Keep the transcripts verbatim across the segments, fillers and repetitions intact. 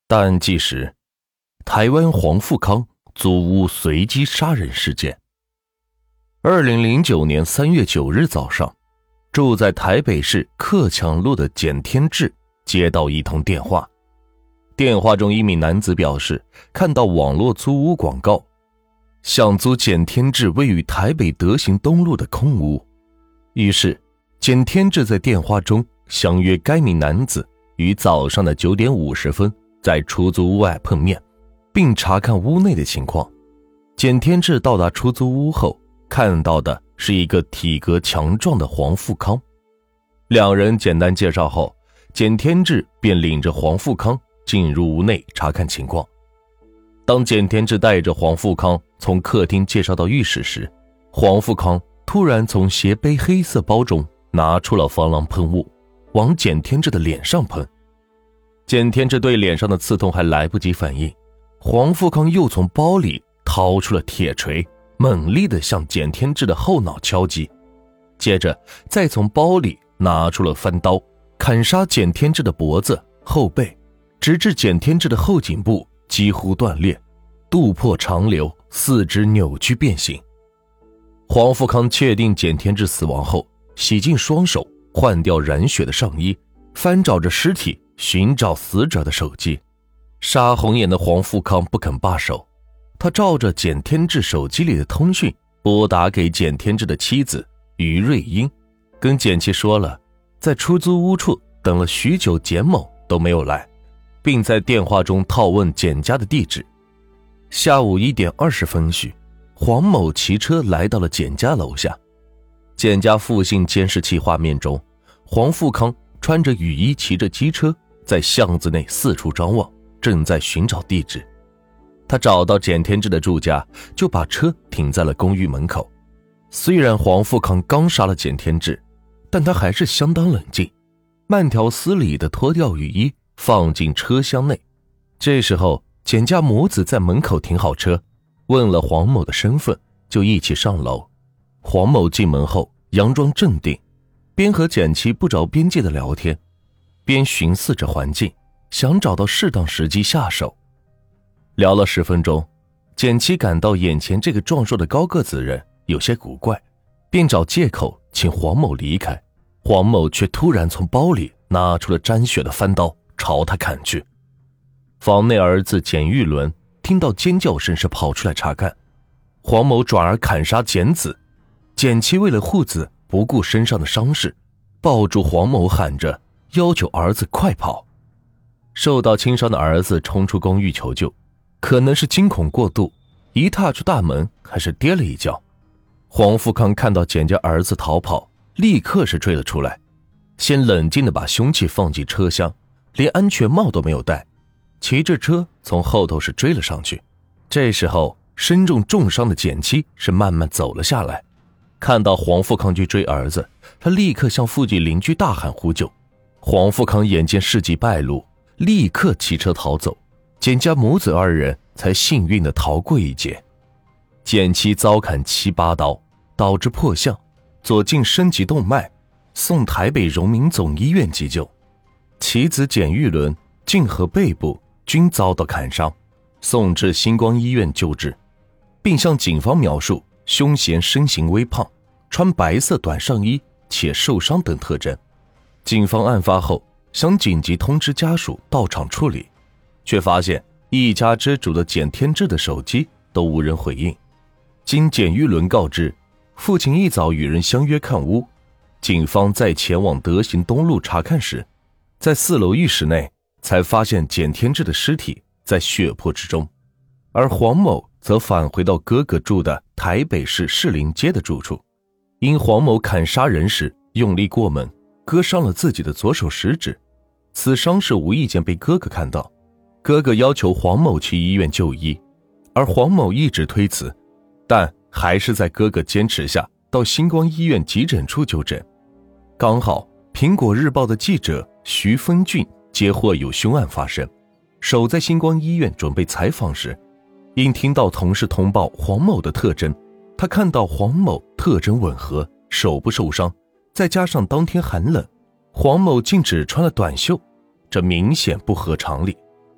大案纪实：台湾黄富康租屋随机杀人事件。二零零九年三月九日早上，住在台北市克强路的简天志接到一通电话。电话中一名男子表示看到网络租屋广告，想租简天志位于台北德行东路的空屋。于是简天志在电话中相约该名男子于早上的九点五十分在出租屋外碰面，并查看屋内的情况。简天志到达出租屋后，看到的是一个体格强壮的黄富康。两人简单介绍后，简天志便领着黄富康进入屋内查看情况。当简天志带着黄富康从客厅介绍到浴室时，黄富康突然从斜背黑色包中拿出了防狼喷雾，往简天志的脸上喷。简天志对脸上的刺痛还来不及反应，黄富康又从包里掏出了铁锤，猛力地向简天志的后脑敲击，接着再从包里拿出了翻刀，砍杀简天志的脖子、后背，直至简天志的后颈部几乎断裂，肚破肠流，四肢扭曲变形。黄富康确定简天志死亡后，洗净双手，换掉染血的上衣，翻找着尸体寻找死者的手机。杀红眼的黄富康不肯罢手，他照着简天志手机里的通讯拨打给简天志的妻子于瑞英，跟简妻说了在出租屋处等了许久简某都没有来，并在电话中套问简家的地址。下午一点二十分许，黄某骑车来到了简家楼下。简家附近监视器画面中，黄富康穿着雨衣骑着机车在巷子内四处张望，正在寻找地址。他找到简天志的住家，就把车停在了公寓门口。虽然黄富康刚杀了简天志，但他还是相当冷静，慢条斯理地脱掉雨衣放进车厢内。这时候简家母子在门口停好车，问了黄某的身份，就一起上楼。黄某进门后佯装镇定，边和简妻不着边际的聊天，边寻思着环境，想找到适当时机下手。聊了十分钟，简妻感到眼前这个壮硕的高个子人有些古怪，便找借口请黄某离开。黄某却突然从包里拿出了沾血的翻刀，朝他砍去。房内儿子简玉伦听到尖叫声时跑出来查看，黄某转而砍杀简子。简妻为了护子，不顾身上的伤势，抱住黄某喊着要求儿子快跑。受到轻伤的儿子冲出公寓求救，可能是惊恐过度，一踏出大门还是跌了一跤。黄富康看到简家儿子逃跑，立刻是追了出来，先冷静地把凶器放进车厢，连安全帽都没有戴，骑着车从后头是追了上去。这时候身中重伤的简妻是慢慢走了下来，看到黄富康去追儿子，他立刻向附近邻居大喊呼救。黄富康眼见事迹败露，立刻骑车逃走，简家母子二人才幸运地逃过一劫。简妻遭砍七八刀，导致破相，左颈升级动脉，送台北荣民总医院急救。其子简玉伦颈和背部均遭到砍伤，送至星光医院救治，并向警方描述凶嫌身形微胖，穿白色短上衣且受伤等特征。警方案发后想紧急通知家属到场处理，却发现一家之主的简天志的手机都无人回应。经简玉伦告知，父亲一早与人相约看屋，警方在前往德行东路查看时，在四楼浴室内才发现简天志的尸体在血泊之中，而黄某则返回到哥哥住的台北市士林街的住处。因黄某砍杀人时用力过猛，割伤了自己的左手食指，此伤是无意间被哥哥看到，哥哥要求黄某去医院就医，而黄某一直推辞，但还是在哥哥坚持下到星光医院急诊处就诊。刚好苹果日报的记者徐峰俊接获有凶案发生，守在星光医院准备采访时，因听到同事通报黄某的特征，他看到黄某特征吻合，手不受伤，再加上当天寒冷，黄某竟只穿了短袖，这明显不合常理。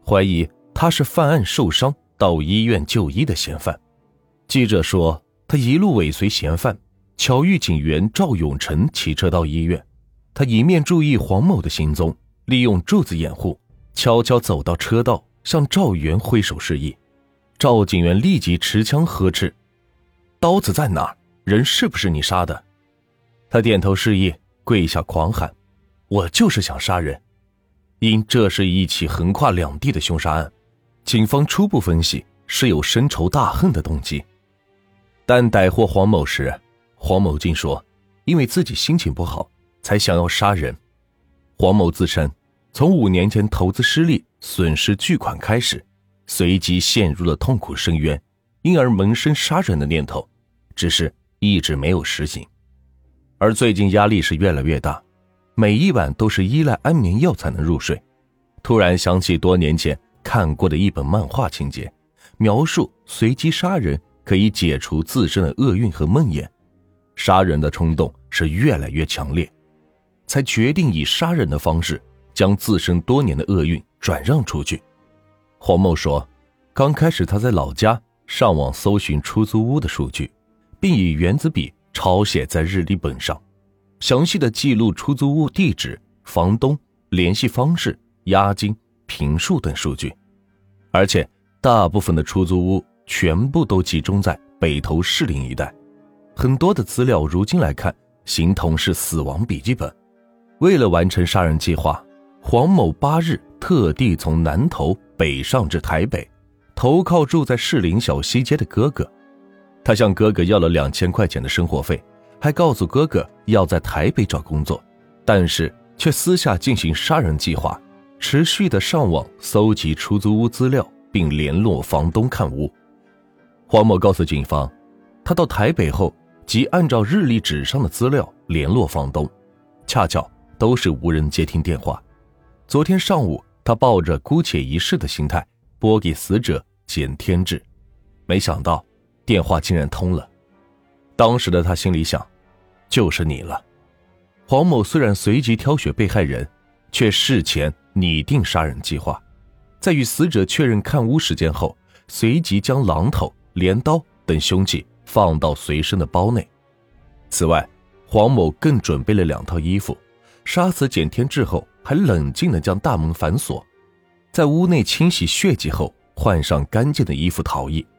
怀疑他是犯案受伤到医院就医的嫌犯。记者说，他一路尾随嫌犯，巧遇警员赵永成骑车到医院，他一面注意黄某的行踪，利用柱子掩护，悄悄走到车道，向赵元挥手示意。赵警员立即持枪呵斥：刀子在哪儿？人是不是你杀的？他点头示意，跪下狂喊：我就是想杀人。因这是一起横跨两地的凶杀案，警方初步分析是有深仇大恨的动机。但逮获黄某时，黄某竟说因为自己心情不好才想要杀人。黄某自称从五年前投资失利损失巨款开始，随即陷入了痛苦深渊，因而萌生杀人的念头，只是一直没有实行。而最近压力是越来越大，每一晚都是依赖安眠药才能入睡。突然想起多年前看过的一本漫画情节，描述随机杀人可以解除自身的厄运和梦魇，杀人的冲动是越来越强烈，才决定以杀人的方式将自身多年的厄运转让出去。黄某说，刚开始他在老家上网搜寻出租屋的数据，并以原子笔抄写在日历本上，详细的记录出租屋地址、房东、联系方式、押金、坪数等数据。而且大部分的出租屋全部都集中在北投士林一带，很多的资料如今来看形同是死亡笔记本。为了完成杀人计划，黄某八日特地从南投北上至台北，投靠住在士林小西街的哥哥。他向哥哥要了两千块钱的生活费，还告诉哥哥要在台北找工作，但是却私下进行杀人计划，持续的上网搜集出租屋资料，并联络房东看屋。黄某告诉警方，他到台北后即按照日历纸上的资料联络房东，恰巧都是无人接听电话。昨天上午，他抱着姑且一试的心态拨给死者简天志，没想到电话竟然通了。当时的他心里想，就是你了。黄某虽然随即挑选被害人，却事前拟定杀人计划，在与死者确认看屋时间后，随即将榔头、镰刀等凶器放到随身的包内。此外，黄某更准备了两套衣服，杀死简天志后还冷静地将大门反锁，在屋内清洗血迹后换上干净的衣服逃逸。